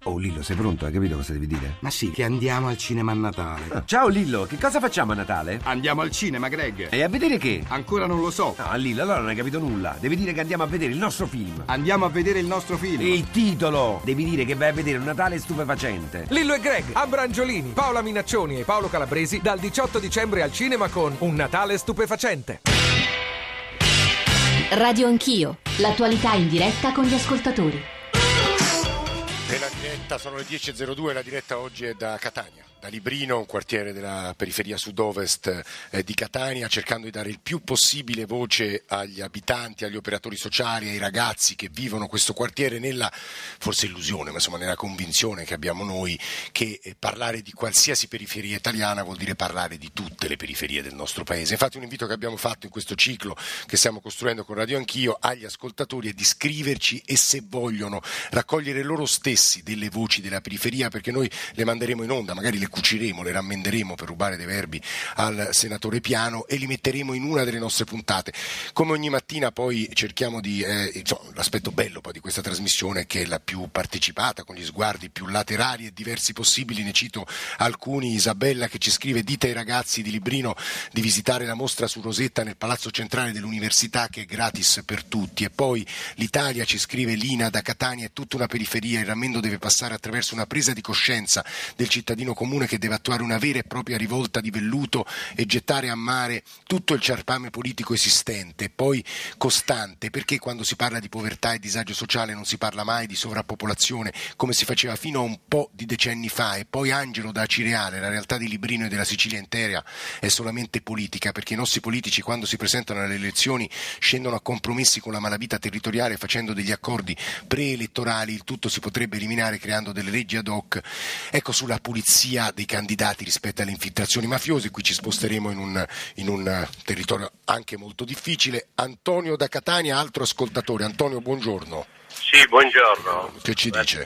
Oh Lillo, sei pronto? Hai capito cosa devi dire? Ma sì, che andiamo al cinema a Natale. Ciao Lillo, che cosa facciamo a Natale? Andiamo al cinema, Greg. E a vedere che? Ancora non lo so. No, Lillo, allora non hai capito nulla. Devi dire che andiamo a vedere il nostro film. Andiamo a vedere il nostro film. Il titolo! Devi dire che vai a vedere un Natale stupefacente. Lillo e Greg, Ambrangiolini, Paola Minaccioni e Paolo Calabresi dal 18 dicembre al cinema con Un Natale stupefacente. Radio Anch'io, l'attualità in diretta con gli ascoltatori. Nella diretta sono le 10.02, la diretta oggi è da Catania, da Librino, un quartiere della periferia sud-ovest di Catania, cercando di dare il più possibile voce agli abitanti, agli operatori sociali, ai ragazzi che vivono questo quartiere nella, forse illusione, ma insomma nella convinzione che abbiamo noi che parlare di qualsiasi periferia italiana vuol dire parlare di tutte le periferie del nostro paese. Infatti un invito che abbiamo fatto in questo ciclo che stiamo costruendo con Radio Anch'io agli ascoltatori è di scriverci e se vogliono raccogliere loro stessi delle voci della periferia, perché noi le manderemo in onda, magari le cuciremo, le rammenderemo per rubare dei verbi al senatore Piano e li metteremo in una delle nostre puntate. Come ogni mattina poi cerchiamo di, l'aspetto bello poi di questa trasmissione è che è la più partecipata, con gli sguardi più laterali e diversi possibili, ne cito alcuni. Isabella che ci scrive: dite ai ragazzi di Librino di visitare la mostra su Rosetta nel Palazzo Centrale dell'Università che è gratis per tutti. E poi l'Italia ci scrive: Lina da Catania è tutta una periferia, il rammendo deve passare attraverso una presa di coscienza del cittadino comune che deve attuare una vera e propria rivolta di velluto e gettare a mare tutto il ciarpame politico esistente, poi costante, perché quando si parla di povertà e disagio sociale non si parla mai di sovrappopolazione come si faceva fino a un po' di decenni fa. E poi Angelo da Cireale: la realtà di Librino e della Sicilia intera è solamente politica, perché i nostri politici quando si presentano alle elezioni scendono a compromessi con la malavita territoriale facendo degli accordi preelettorali, il tutto si potrebbe eliminare creando delle leggi ad hoc. Ecco, sulla pulizia dei candidati rispetto alle infiltrazioni mafiose, qui ci sposteremo in un territorio anche molto difficile. Antonio da Catania, altro ascoltatore. Antonio, buongiorno. Sì, buongiorno. Che ci dice?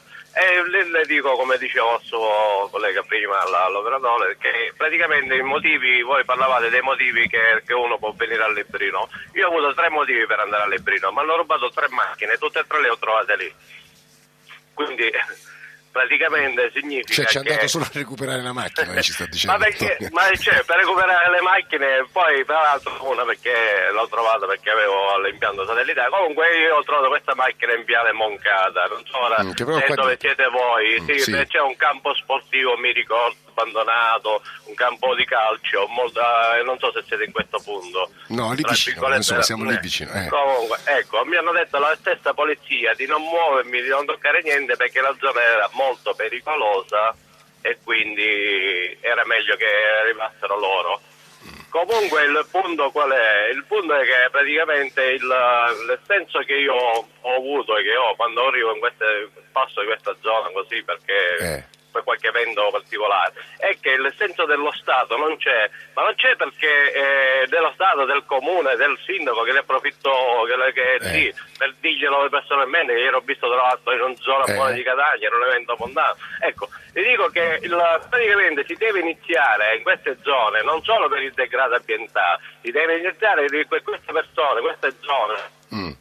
Le dico, come diceva il suo collega prima all'operatore, che praticamente i motivi, voi parlavate dei motivi che uno può venire a Librino. Io ho avuto 3 motivi per andare a Librino, mi hanno rubato 3 macchine, tutte e 3 le ho trovate lì. Quindi praticamente significa ci è che... andato solo a recuperare la macchina, ci sta dicendo. Per recuperare le macchine, poi tra l'altro una perché l'ho trovata perché avevo l'impianto satellitare. Comunque io ho trovato questa macchina in piale Moncada, non so ora dove siete voi. Sì. C'è un campo sportivo, mi ricordo, abbandonato, un campo di calcio, non so se siete in questo punto. No, lì vicino, insomma, siamo lì vicino. Comunque, ecco, mi hanno detto la stessa polizia di non muovermi, di non toccare niente perché la zona era molto pericolosa e quindi era meglio che arrivassero loro. Comunque il punto qual è? Il punto è che praticamente il senso che io ho avuto e che ho quando arrivo passo in questa zona così perché per qualche evento particolare è che il senso dello Stato non c'è, ma non c'è perché dello Stato, del comune, del sindaco che ne approfittò per dirglielo personalmente, che ero visto tra l'altro in una zona buona di Catania, in un evento mondano. Ecco, vi dico che praticamente si deve iniziare in queste zone non solo per il degrado ambientale, si deve iniziare per queste persone, queste zone.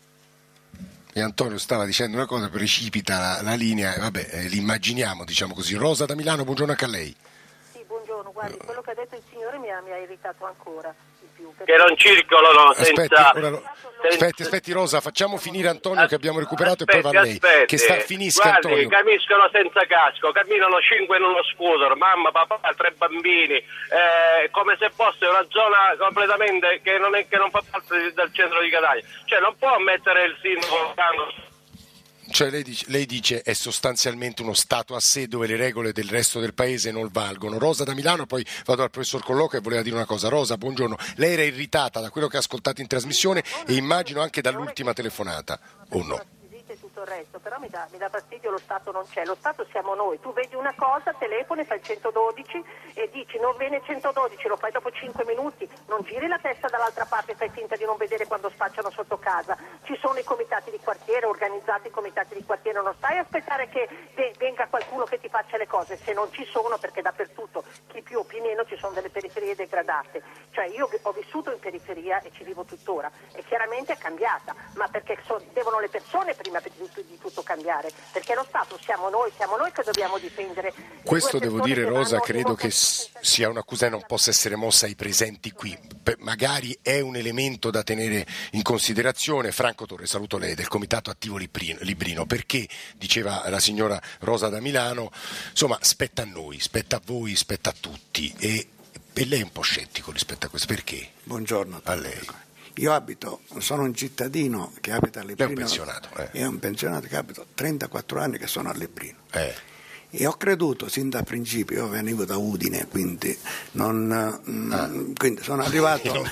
E Antonio stava dicendo una cosa, precipita la linea, l'immaginiamo, diciamo così. Rosa da Milano, buongiorno anche a lei. Sì, buongiorno, guardi, quello che ha detto il signore mi ha irritato ancora di più. Che non circolano senza... Aspetti Rosa, facciamo finire Antonio che abbiamo recuperato e poi va lei. Che finisca guardi, Antonio. Cammino senza casco, camminano 5 in uno scooter, mamma, papà, 3 bambini, come se fosse una zona completamente che non fa parte del centro di Catania. Cioè non può mettere il sindaco. Cioè lei dice è sostanzialmente uno Stato a sé dove le regole del resto del paese non valgono. Rosa da Milano, poi vado al professor Colloca e voleva dire una cosa. Rosa, buongiorno. Lei era irritata da quello che ha ascoltato in trasmissione e immagino anche dall'ultima telefonata, o no? Tutto il resto, però mi dà fastidio, lo Stato non c'è, lo Stato siamo noi. Tu vedi una cosa, telefoni, fai il 112 e dici non viene 112, lo fai dopo 5 minuti, non giri la testa dall'altra parte e fai finta di non vedere quando spacciano sotto casa. Ci sono i comitati di quartiere, organizzati i comitati di quartiere, non stai a aspettare che venga qualcuno che ti faccia le cose, se non ci sono, perché dappertutto, chi più o chi meno, ci sono delle periferie degradate. Cioè io ho vissuto in periferia e ci vivo tuttora e chiaramente è cambiata, ma perché devono le persone prima di tutto di tutto cambiare, perché lo Stato siamo noi che dobbiamo difendere. Questo due devo persone dire, che Rosa, vanno credo in che sia un'accusa che non possa essere mossa ai presenti qui. Magari è un elemento da tenere in considerazione. Franco Torre, saluto lei, del Comitato Attivo Librino, perché, diceva la signora Rosa da Milano, insomma, spetta a noi, spetta a voi, spetta a tutti. E lei è un po' scettico rispetto a questo, perché? Buongiorno a lei. Io sono un cittadino che abita a Librino. Lei è un pensionato. Io un pensionato che abito 34 anni che sono a Librino. E ho creduto sin da principio, io venivo da Udine, quindi quindi sono arrivato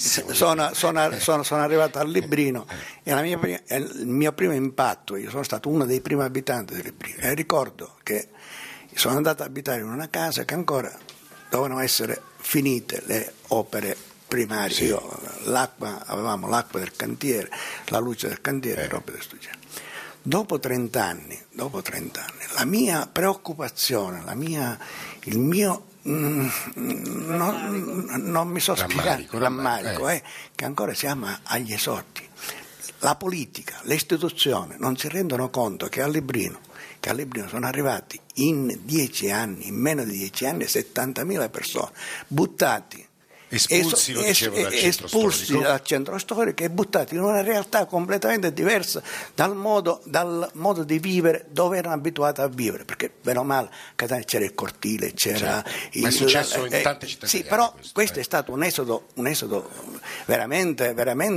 sono arrivato a Librino e il mio primo impatto, io sono stato uno dei primi abitanti di Librino e ricordo che sono andato ad abitare in una casa che ancora dovevano essere finite le opere primarie. Sì. Avevamo l'acqua del cantiere, la luce del cantiere e roba di questo genere. Dopo 30 anni, la mia preoccupazione, il mio non mi so spiegare, rammarico è che ancora siamo agli esordi. La politica, le istituzioni non si rendono conto che a Librino sono arrivati in meno di 10 anni, 70.000 persone buttati. Espulsi dal centro storico e buttati in una realtà completamente diversa dal modo di vivere dove erano abituati a vivere, perché bene o male a Catania c'era il cortile, c'era ma è successo in tante città sì, italiane, però questo è stato un esodo veramente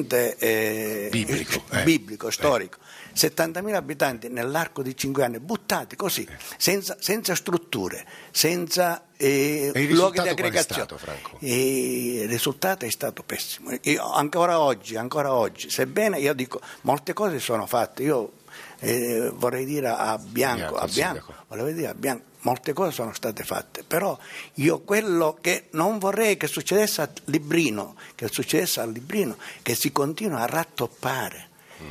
biblico, storico. 70.000 abitanti nell'arco di 5 anni buttati così, senza strutture, senza luoghi di aggregazione. Il risultato è stato pessimo. Ancora oggi, sebbene io dico molte cose sono fatte, io vorrei dire a Bianco, molte cose sono state fatte, però io quello che non vorrei che succedesse a Librino, che si continua a rattoppare.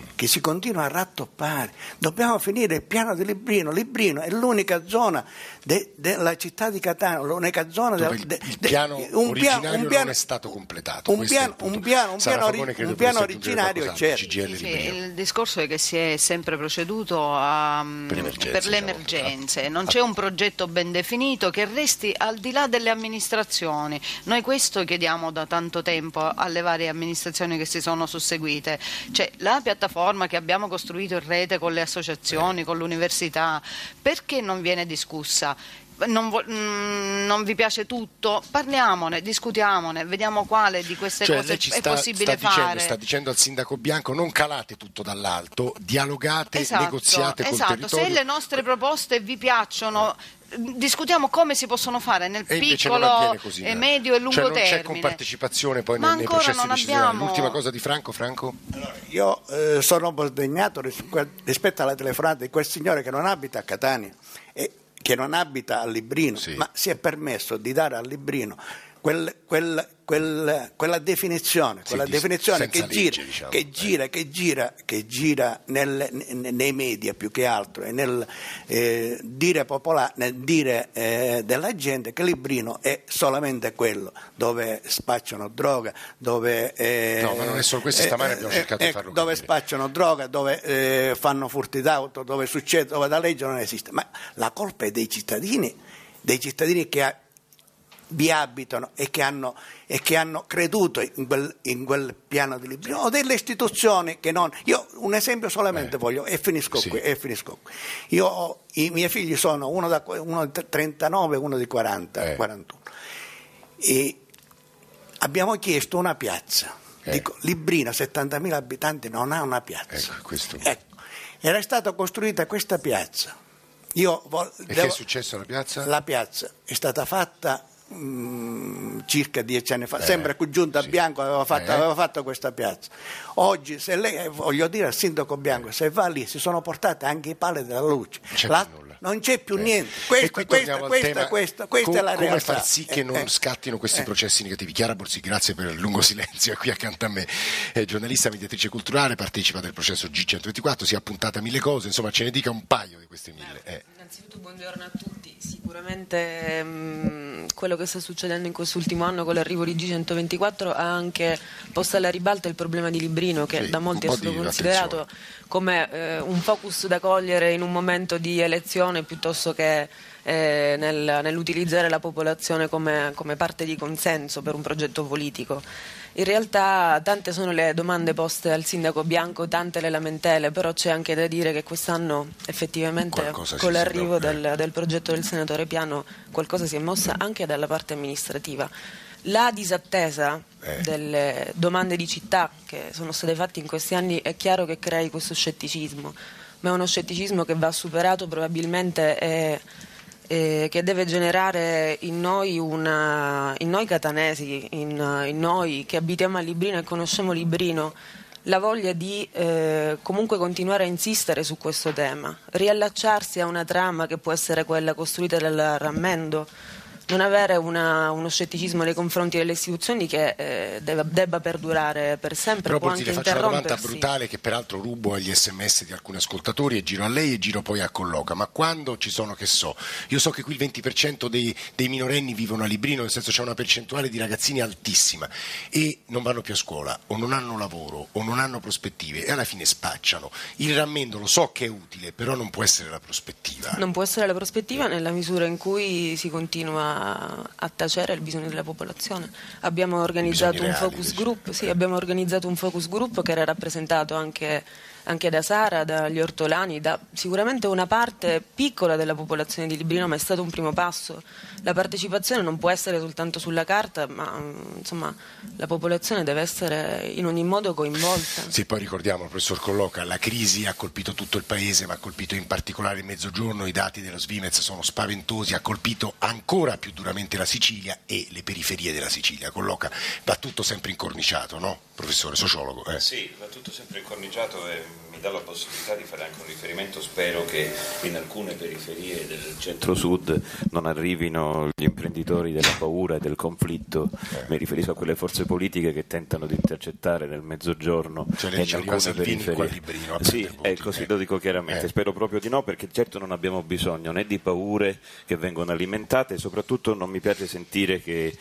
Dobbiamo finire il piano di Librino. Librino è l'unica zona della città di Catania, l'unica zona il piano originario non è stato completato. Un piano originario c'era. Il discorso è che si è sempre proceduto per le emergenze. Non c'è un progetto ben definito che resti al di là delle amministrazioni. Noi questo chiediamo da tanto tempo alle varie amministrazioni che si sono susseguite. Cioè, la piattaforma che abbiamo costruito in rete con le associazioni, con l'università, perché non viene discussa? Non vi piace tutto? Parliamone, discutiamone, vediamo quale di queste cose è possibile fare. Sta dicendo al sindaco Bianco: non calate tutto dall'alto, dialogate, negoziate col territorio. Se le nostre proposte vi piacciono, discutiamo come si possono fare nel piccolo e medio e lungo termine. Non c'è compartecipazione poi nei processi decisionali. L'ultima cosa di Franco. Allora, io sono un po' sdegnato rispetto alla telefonata di quel signore che non abita a Catania e che non abita a Librino, ma si è permesso di dare a Librino quella definizione, che gira nei media più che altro e nel dire popolare, nel dire della gente che Librino è solamente quello dove spacciano droga, dove no, ma non è solo questo, stamane abbiamo cercato di farlo dove capire. Spacciano droga, dove fanno furti d'auto, dove succede, dove la legge non esiste, ma la colpa è dei cittadini che vi abitano e che hanno creduto in quel piano di Librino, o delle istituzioni che non. Io un esempio solamente voglio e finisco qui. Io i miei figli sono uno di 39 e uno di 41 e abbiamo chiesto una piazza. Dico, Librino, 70.000 abitanti, non ha una piazza. Era stata costruita questa piazza. Che è successo alla piazza? La piazza è stata fatta circa 10 anni fa, sempre qui Giunta Bianco aveva fatto questa piazza. Oggi, se lei, voglio dire al sindaco Bianco, se va lì si sono portate anche i pali della luce. Non c'è più niente. Questa è la realtà. Come far sì che non scattino questi processi negativi? Chiara Borsi, grazie per il lungo silenzio, è qui accanto a me, è giornalista, mediatrice culturale, partecipa del processo G124, si è appuntata a 1000 cose, insomma ce ne dica un paio di queste 1000. Innanzitutto buongiorno a tutti. Sicuramente quello che sta succedendo in quest'ultimo anno con l'arrivo di G124 ha anche posto alla ribalta il problema di Librino, che da molti è stato considerato come un focus da cogliere in un momento di elezione piuttosto che nell'utilizzare la popolazione come parte di consenso per un progetto politico. In realtà tante sono le domande poste al sindaco Bianco, tante le lamentele, però c'è anche da dire che quest'anno effettivamente con l'arrivo del progetto del senatore Piano qualcosa si è mossa anche dalla parte amministrativa. La disattesa delle domande di città che sono state fatte in questi anni è chiaro che crei questo scetticismo, ma è uno scetticismo che va superato probabilmente che deve generare in noi catanesi, in noi che abitiamo a Librino e conosciamo Librino, la voglia di comunque continuare a insistere su questo tema, riallacciarsi a una trama che può essere quella costruita dal rammendo, non avere uno scetticismo nei confronti delle istituzioni che debba perdurare per sempre. Però può Borsi, anche le faccio una domanda interrompersi. brutale che peraltro rubo agli sms di alcuni ascoltatori e giro a lei e giro poi a Colloca, ma quando ci sono, io so che qui il 20% dei minorenni vivono a Librino, nel senso c'è una percentuale di ragazzini altissima e non vanno più a scuola o non hanno lavoro o non hanno prospettive e alla fine spacciano. Il rammendo lo so che è utile, però non può essere la prospettiva. Non può essere la prospettiva nella misura in cui si continua a tacere il bisogno della popolazione. Abbiamo organizzato un focus group, abbiamo organizzato un focus group che era rappresentato anche da Sara, dagli ortolani, da sicuramente una parte piccola della popolazione di Librino, ma è stato un primo passo. La partecipazione non può essere soltanto sulla carta, ma insomma la popolazione deve essere in ogni modo coinvolta. Sì, poi ricordiamo, professor Colloca, la crisi ha colpito tutto il paese, ma ha colpito in particolare il Mezzogiorno, i dati dello Svimez sono spaventosi, ha colpito ancora più duramente la Sicilia e le periferie della Sicilia. Colloca, va tutto sempre incorniciato, no? Professore, sociologo. Sì, va tutto sempre incorniciato e mi dà la possibilità di fare anche un riferimento, spero che in alcune periferie del centro-sud non arrivino gli imprenditori della paura e del conflitto, mi riferisco a quelle forze politiche che tentano di intercettare nel Mezzogiorno e in alcune periferie. Sì, così lo dico chiaramente, spero proprio di no, perché certo non abbiamo bisogno né di paure che vengono alimentate e soprattutto non mi piace sentire che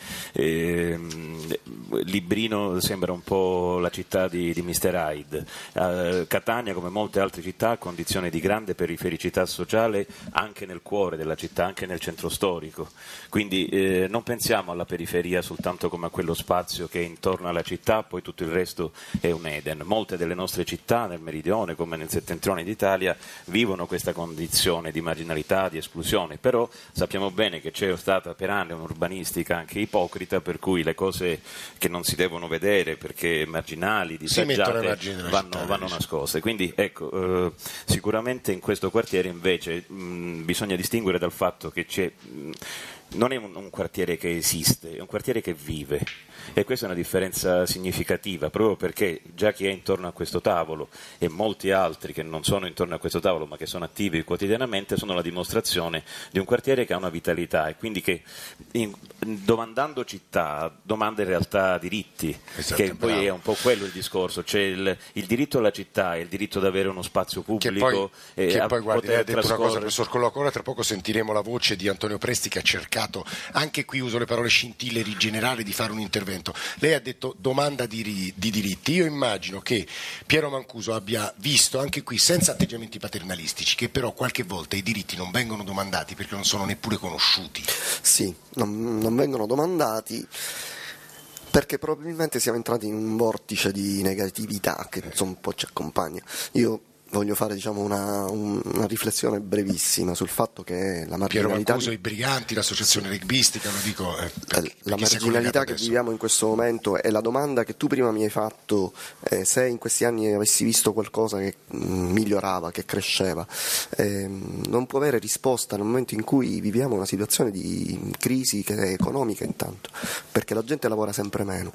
Librino sembra un po' la città di Mr. Hyde. Catania, come molte altre città, ha condizioni di grande perifericità sociale anche nel cuore della città, anche nel centro storico, quindi non pensiamo alla periferia soltanto come a quello spazio che è intorno alla città, poi tutto il resto è un Eden. Molte delle nostre città nel meridione come nel settentrione d'Italia vivono questa condizione di marginalità, di esclusione, però sappiamo bene che c'è stata per anni un'urbanistica anche ipocrita, per cui le cose che non si devono vedere perché marginali, disagiate, vanno nascoste. Quindi ecco, sicuramente in questo quartiere invece bisogna distinguere dal fatto che non è un quartiere che esiste, è un quartiere che vive. E questa è una differenza significativa, proprio perché già chi è intorno a questo tavolo e molti altri che non sono intorno a questo tavolo ma che sono attivi quotidianamente sono la dimostrazione di un quartiere che ha una vitalità e quindi che domandando città domanda in realtà diritti, che poi è un po' quello il discorso, c'è il diritto alla città e il diritto ad avere uno spazio pubblico che poi guardi, lei ha detto una cosa, professor Colloca, ora tra poco sentiremo la voce di Antonio Presti che ha cercato, anche qui uso le parole scintille, rigenerare, di fare un intervento. Lei ha detto domanda di diritti. Io immagino che Piero Mancuso abbia visto anche qui, senza atteggiamenti paternalistici, che però qualche volta i diritti non vengono domandati perché non sono neppure conosciuti. Sì, non vengono domandati perché probabilmente siamo entrati in un vortice di negatività che insomma, un po' ci accompagna. Io voglio fare una riflessione brevissima sul fatto che la marginalità... Piero Mancuso, i briganti, l'associazione rugbistica, lo dico... la marginalità che viviamo in questo momento è la domanda che tu prima mi hai fatto, se in questi anni avessi visto qualcosa che migliorava, che cresceva. Non può avere risposta nel momento in cui viviamo una situazione di crisi economica intanto, perché la gente lavora sempre meno.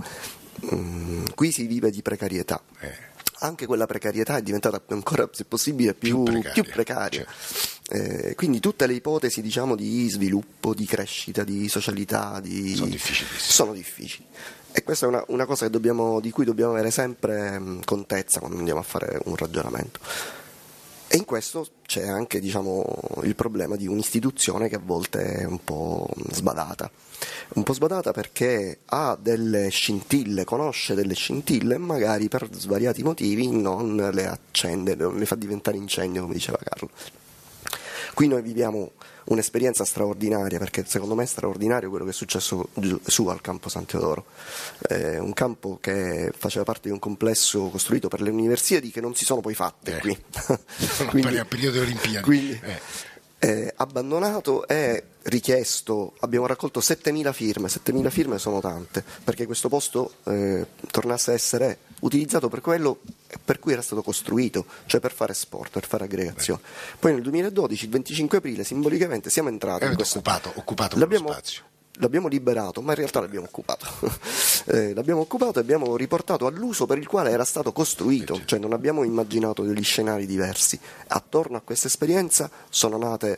Qui si vive di precarietà. Anche quella precarietà è diventata ancora, se possibile, più precaria. Quindi tutte le ipotesi, diciamo, di sviluppo, di crescita, di socialità sono difficili. E questa è una cosa di cui dobbiamo avere sempre contezza quando andiamo a fare un ragionamento. E in questo c'è anche, diciamo, il problema di un'istituzione che a volte è un po' sbadata perché ha delle scintille, conosce delle scintille e magari per svariati motivi non le accende, non le fa diventare incendio, come diceva Carlo. Qui noi viviamo un'esperienza straordinaria, perché secondo me è straordinario quello che è successo su al campo San Teodoro, un campo che faceva parte di un complesso costruito per le Universiadi che non si sono poi fatte qui. Quindi, a periodo delle Olimpiadi. Quindi, abbandonato e richiesto, abbiamo raccolto 7.000 firme, 7.000 firme sono tante, perché questo posto tornasse a essere utilizzato per quello per cui era stato costruito, cioè per fare sport, per fare aggregazione. Poi nel 2012, il 25 aprile, simbolicamente siamo entrati in questo... occupato lo spazio. L'abbiamo liberato, ma in realtà l'abbiamo occupato. L'abbiamo occupato e abbiamo riportato all'uso per il quale era stato costruito, cioè non abbiamo immaginato degli scenari diversi. Attorno a questa esperienza sono nate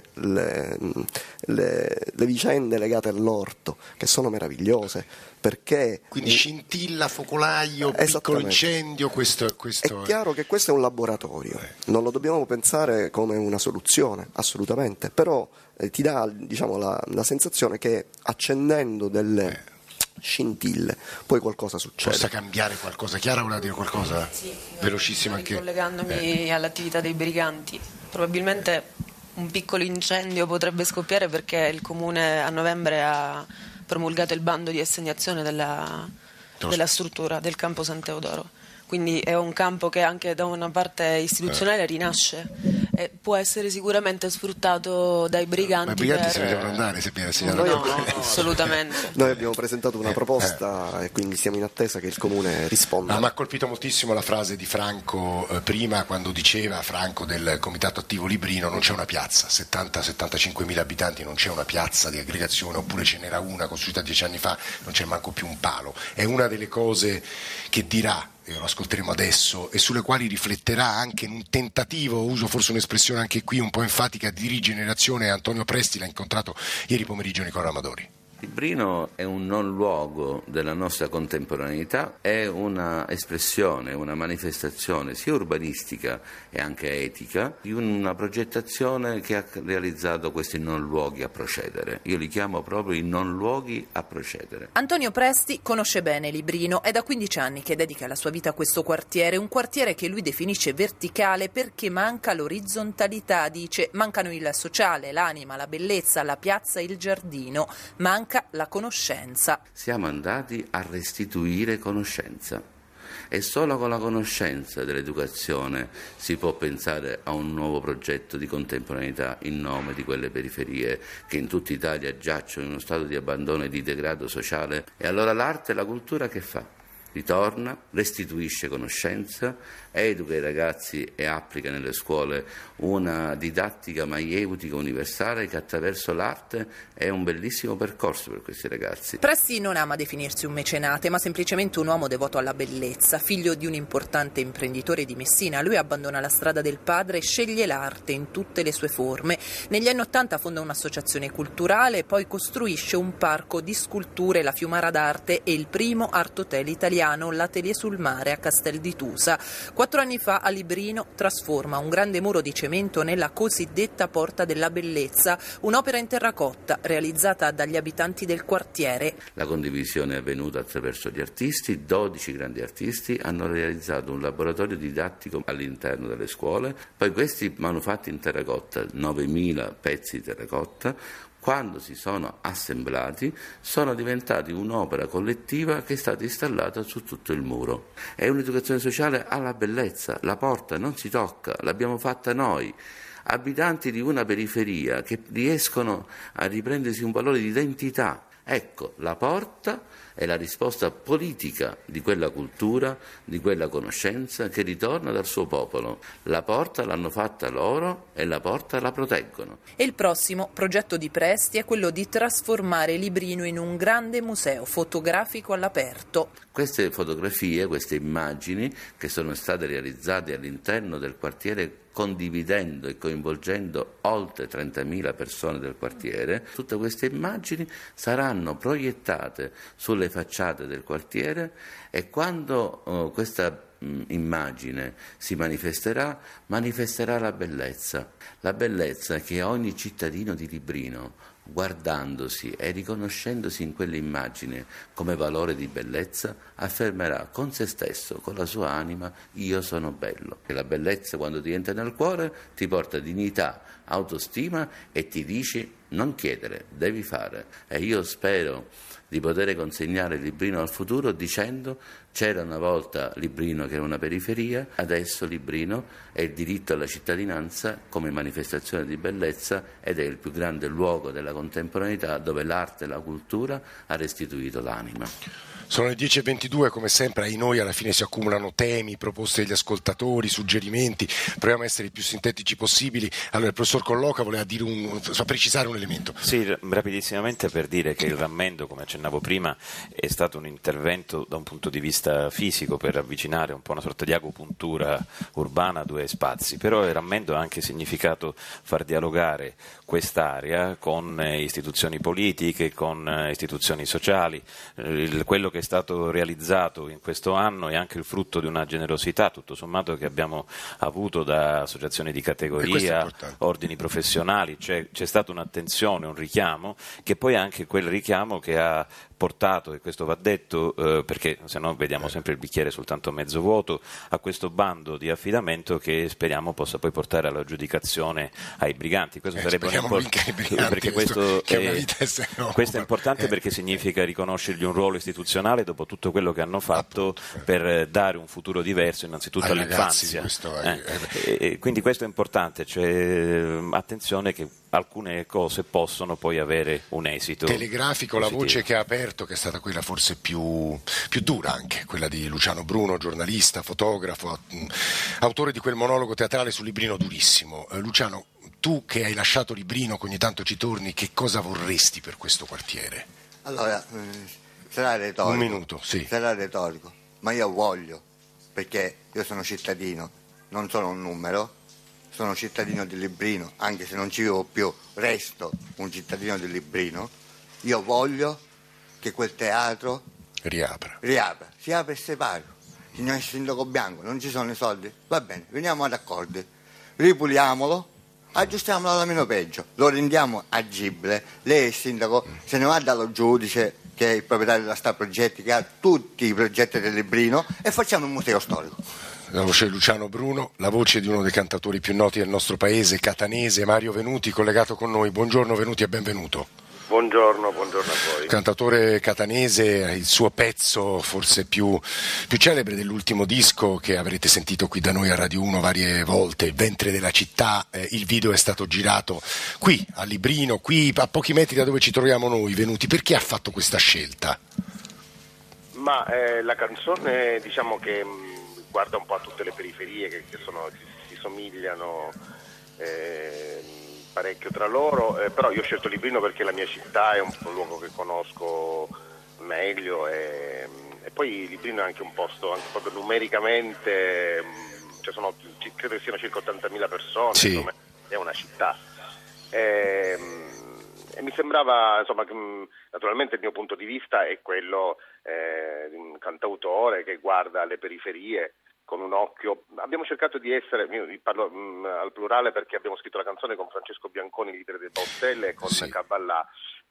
le vicende legate all'orto, che sono meravigliose, perché... Quindi scintilla, focolaio, piccolo incendio, questo è chiaro che questo è un laboratorio, non lo dobbiamo pensare come una soluzione, assolutamente, però ti dà, diciamo, la sensazione che accendendo delle scintille poi qualcosa succede. Possa cambiare qualcosa. Chiara voleva dire qualcosa? Sì, velocissimo anche. Collegandomi all'attività dei briganti, probabilmente un piccolo incendio potrebbe scoppiare perché il Comune a novembre ha promulgato il bando di assegnazione della struttura del campo San Teodoro. Quindi è un campo che anche da una parte istituzionale rinasce e può essere sicuramente sfruttato dai briganti. Ma i briganti se ne devono andare se viene segnalato. No, assolutamente. Noi abbiamo presentato una proposta e quindi siamo in attesa che il Comune risponda. Mi ha colpito moltissimo la frase di Franco prima, quando diceva, Franco, del Comitato Attivo Librino: non c'è una piazza, 70-75 mila abitanti, non c'è una piazza di aggregazione, oppure ce n'era una costruita 10 anni fa, non c'è manco più un palo. È una delle cose che dirà, e lo ascolteremo adesso, e sulle quali rifletterà anche in un tentativo, uso forse un'espressione anche qui un po' enfatica, di rigenerazione. Antonio Presti l'ha incontrato ieri pomeriggio Nicola Amadori. Librino è un non luogo della nostra contemporaneità, è una espressione, una manifestazione sia urbanistica e anche etica di una progettazione che ha realizzato questi non luoghi a procedere. Io li chiamo proprio i non luoghi a procedere. Antonio Presti conosce bene Librino, è da 15 anni che dedica la sua vita a questo quartiere, un quartiere che lui definisce verticale perché manca l'orizzontalità, dice, mancano il sociale, l'anima, la bellezza, la piazza, il giardino, manca la conoscenza. Siamo andati a restituire conoscenza e solo con la conoscenza dell'educazione si può pensare a un nuovo progetto di contemporaneità in nome di quelle periferie che in tutta Italia giacciono in uno stato di abbandono e di degrado sociale. E allora l'arte e la cultura che fa? Ritorna, restituisce conoscenza, educa i ragazzi e applica nelle scuole una didattica maieutica universale che attraverso l'arte è un bellissimo percorso per questi ragazzi. Presti non ama definirsi un mecenate, ma semplicemente un uomo devoto alla bellezza, figlio di un importante imprenditore di Messina. Lui abbandona la strada del padre e sceglie l'arte in tutte le sue forme. Negli anni '80 fonda un'associazione culturale, poi costruisce un parco di sculture, la Fiumara d'Arte, e il primo art hotel italiano, l'Atelier sul Mare a Castel di Tusa. 4 anni fa a Librino trasforma un grande muro di cemento nella cosiddetta Porta della Bellezza, un'opera in terracotta realizzata dagli abitanti del quartiere. La condivisione è avvenuta attraverso gli artisti, 12 grandi artisti hanno realizzato un laboratorio didattico all'interno delle scuole, poi questi manufatti in terracotta, 9.000 pezzi di terracotta, quando si sono assemblati sono diventati un'opera collettiva che è stata installata su tutto il muro. È un'educazione sociale alla bellezza, la porta non si tocca, l'abbiamo fatta noi, abitanti di una periferia che riescono a riprendersi un valore di identità. Ecco, la porta è la risposta politica di quella cultura, di quella conoscenza che ritorna dal suo popolo. La porta l'hanno fatta loro e la porta la proteggono. E il prossimo progetto di Presti è quello di trasformare Librino in un grande museo fotografico all'aperto. Queste fotografie, queste immagini che sono state realizzate all'interno del quartiere, condividendo e coinvolgendo oltre 30.000 persone del quartiere, tutte queste immagini saranno proiettate sulle facciate del quartiere e quando questa immagine si manifesterà la bellezza che ogni cittadino di Librino, guardandosi e riconoscendosi in quell'immagine come valore di bellezza, affermerà con se stesso, con la sua anima: io sono bello. E la bellezza, quando ti entra nel cuore, ti porta dignità, autostima e ti dici: non chiedere, devi fare. E io spero di poter consegnare Librino al futuro dicendo: c'era una volta Librino che era una periferia, adesso Librino è il diritto alla cittadinanza come manifestazione di bellezza ed è il più grande luogo della contemporaneità dove l'arte e la cultura ha restituito l'anima. Sono le 10.22, come sempre ai noi alla fine si accumulano temi, proposte degli ascoltatori, suggerimenti, proviamo a essere i più sintetici possibili. Allora il professor Colloca voleva dire precisare un elemento. Sì, rapidissimamente, per dire che il rammendo, come accennavo prima, è stato un intervento da un punto di vista fisico per avvicinare un po' una sorta di agopuntura urbana a due spazi, però il rammendo ha anche significato far dialogare quest'area con istituzioni politiche, con istituzioni sociali. Quello che è stato realizzato in questo anno è anche il frutto di una generosità tutto sommato che abbiamo avuto da associazioni di categoria, ordini professionali. C'è stata un'attenzione, un richiamo, che poi è anche quel richiamo che ha portato, e questo va detto perché se no vediamo sempre il bicchiere soltanto mezzo vuoto, a questo bando di affidamento che speriamo possa poi portare alla aggiudicazione ai briganti. Questo sarebbe perché questo è importante perché significa riconoscergli un ruolo istituzionale dopo tutto quello che hanno fatto per dare un futuro diverso innanzitutto all'infanzia. E quindi questo è importante, cioè, attenzione che alcune cose possono poi avere un esito telegrafico. positivo. La voce che ha aperto, che è stata quella forse più dura anche, quella di Luciano Bruno, giornalista, fotografo, autore di quel monologo teatrale su Librino durissimo. Luciano, tu che hai lasciato Librino, che ogni tanto ci torni, che cosa vorresti per questo quartiere? Allora, sarà retorico. Un minuto, sì. Sarà retorico, ma io voglio, perché io sono cittadino, non sono un numero, sono cittadino di Librino, anche se non ci vivo più, resto un cittadino di Librino. Io voglio che quel teatro riapra, si apre e separi. Signor Sindaco Bianco, non ci sono i soldi? Va bene, veniamo ad accordi, ripuliamolo, aggiustiamolo alla meno peggio, lo rendiamo agibile. Lei, il sindaco, se ne va dallo giudice, che è il proprietario della Star Progetti, che ha tutti i progetti del Librino, e facciamo un museo storico. La voce di Luciano Bruno, la voce di uno dei cantatori più noti del nostro paese, catanese, Mario Venuti, collegato con noi. Buongiorno Venuti e benvenuto. Buongiorno a voi. Cantautore catanese, il suo pezzo forse più celebre dell'ultimo disco che avrete sentito qui da noi a Radio 1 varie volte, Il ventre della città. Il video è stato girato qui a Librino, qui a pochi metri da dove ci troviamo noi. Venuti, perché ha fatto questa scelta? Ma la canzone, diciamo che guarda un po' a tutte le periferie che si somigliano parecchio tra loro, però io ho scelto Librino perché la mia città è un luogo che conosco meglio e poi Librino è anche un posto, anche proprio numericamente, credo che siano circa 80.000 persone, sì. Insomma, è una città. E mi sembrava, insomma, che, naturalmente il mio punto di vista è quello di un cantautore che guarda le periferie con un occhio. Abbiamo cercato di essere, io parlo al plurale perché abbiamo scritto la canzone con Francesco Bianconi, leader delle Baustelle, e con Caballà,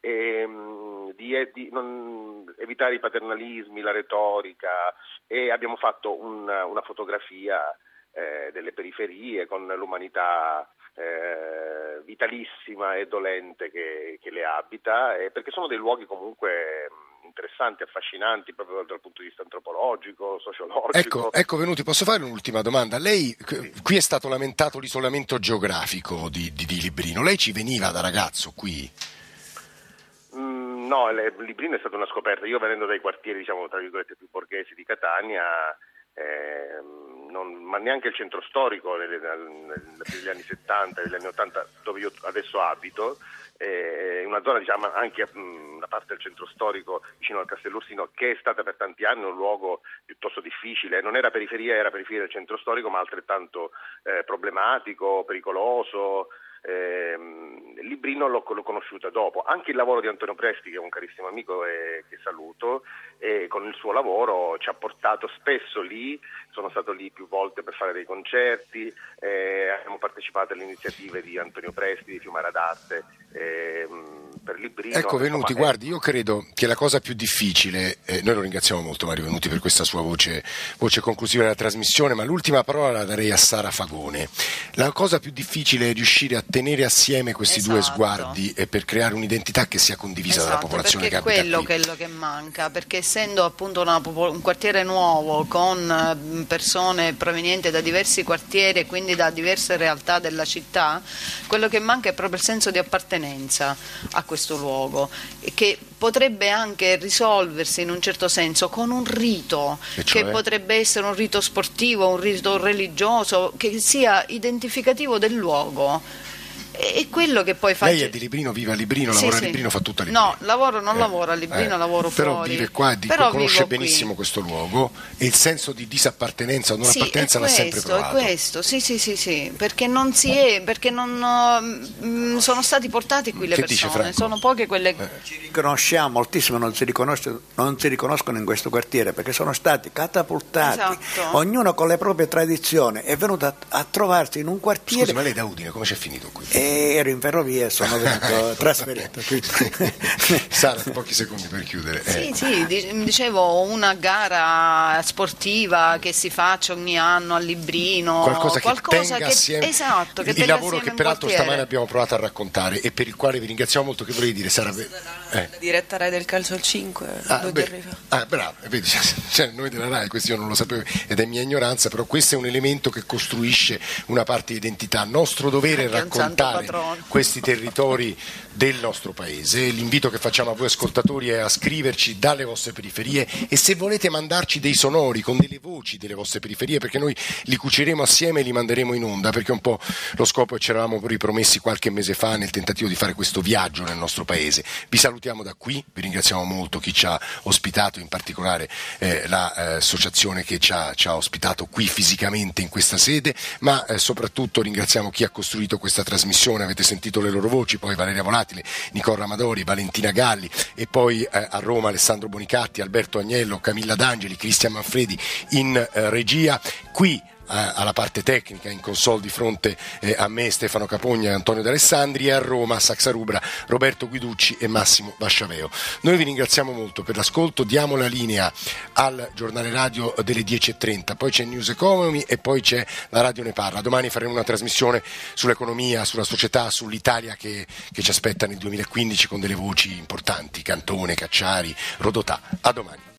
di non evitare i paternalismi, la retorica, e abbiamo fatto una fotografia delle periferie con l'umanità vitalissima e dolente che le abita, perché sono dei luoghi comunque interessanti, affascinanti proprio dal punto di vista antropologico, sociologico. Ecco Venuti, posso fare un'ultima domanda? Lei, qui è stato lamentato l'isolamento geografico di Librino, lei ci veniva da ragazzo qui? No, Librino è stata una scoperta. Io venendo dai quartieri, diciamo, tra virgolette, più borghesi di Catania, ma neanche il centro storico degli anni 70, degli anni 80, dove io adesso abito, in una zona, diciamo, anche una parte del centro storico vicino al Castellursino, che è stata per tanti anni un luogo piuttosto difficile. Non era periferia, era periferia del centro storico, ma altrettanto problematico, pericoloso. Librino l'ho conosciuta dopo. Anche il lavoro di Antonio Presti, che è un carissimo amico e che saluto, e con il suo lavoro ci ha portato spesso lì. Sono stato lì più volte per fare dei concerti, abbiamo partecipato alle iniziative di Antonio Presti, di Fiumara d'Arte, per Librino. Ecco Venuti, guardi, io credo che la cosa più difficile, noi lo ringraziamo molto Mario Venuti per questa sua voce conclusiva della trasmissione, ma l'ultima parola la darei a Sara Fagone. La cosa più difficile è riuscire a tenere assieme questi due sguardi e per creare un'identità che sia condivisa dalla popolazione che abita qui. Perché è quello che manca, perché essendo appunto un quartiere nuovo con persone provenienti da diversi quartieri e quindi da diverse realtà della città, quello che manca è proprio il senso di appartenenza a questo luogo, che potrebbe anche risolversi in un certo senso con un rito, che potrebbe essere un rito sportivo, un rito religioso, che sia identificativo del luogo. E quello che poi fa. Lei è di Librino, vive a Librino, lavora a Librino, fa tutta Librino. No, non lavoro a Librino, lavoro però fuori. Vive qua e conosce benissimo questo luogo e il senso di disappartenenza o non appartenenza l'ha sempre provato. È questo, sì, perché non sono stati portati qui le persone, sono poche quelle ci riconosciamo, moltissimo non si riconoscono in questo quartiere perché sono stati catapultati, ognuno con le proprie tradizioni è venuto a trovarsi in un quartiere. Scusi, ma lei da Udine come c'è finito qui? Ero in ferrovia e sono venuto trasferito. Sara, pochi secondi per chiudere. Sì, dicevo, una gara sportiva che si faccia ogni anno a Librino, qualcosa che tenga assieme il lavoro che peraltro stamane abbiamo provato a raccontare e per il quale vi ringraziamo molto. Che volevi dire, Sara? La diretta Rai del calcio al 5 bravo, vedi, c'è il nome della Rai, questo io non lo sapevo ed è mia ignoranza, però questo è un elemento che costruisce una parte di identità. Nostro dovere è raccontare questi territori del nostro paese. L'invito che facciamo a voi ascoltatori è a scriverci dalle vostre periferie e se volete mandarci dei sonori con delle voci delle vostre periferie, perché noi li cuciremo assieme e li manderemo in onda, perché un po' lo scopo ci eravamo ripromessi qualche mese fa nel tentativo di fare questo viaggio nel nostro paese. Vi salutiamo da qui, vi ringraziamo molto chi ci ha ospitato, in particolare l'associazione che ci ha ospitato qui fisicamente in questa sede, ma soprattutto ringraziamo chi ha costruito questa trasmissione. Avete sentito le loro voci, poi Valeria Volatile, Nicola Amadori, Valentina Galli e poi a Roma Alessandro Bonicatti, Alberto Agnello, Camilla D'Angeli, Cristian Manfredi in regia, qui alla parte tecnica in console di fronte a me Stefano Capogna e Antonio D'Alessandri, e a Roma Saxa Rubra, Roberto Guiducci e Massimo Vasciaveo. Noi vi ringraziamo molto per l'ascolto, diamo la linea al giornale radio delle 10:30, poi c'è News Economy e poi c'è la Radio Ne Parla. Domani faremo una trasmissione sull'economia, sulla società, sull'Italia che ci aspetta nel 2015 con delle voci importanti, Cantone, Cacciari, Rodotà. A domani.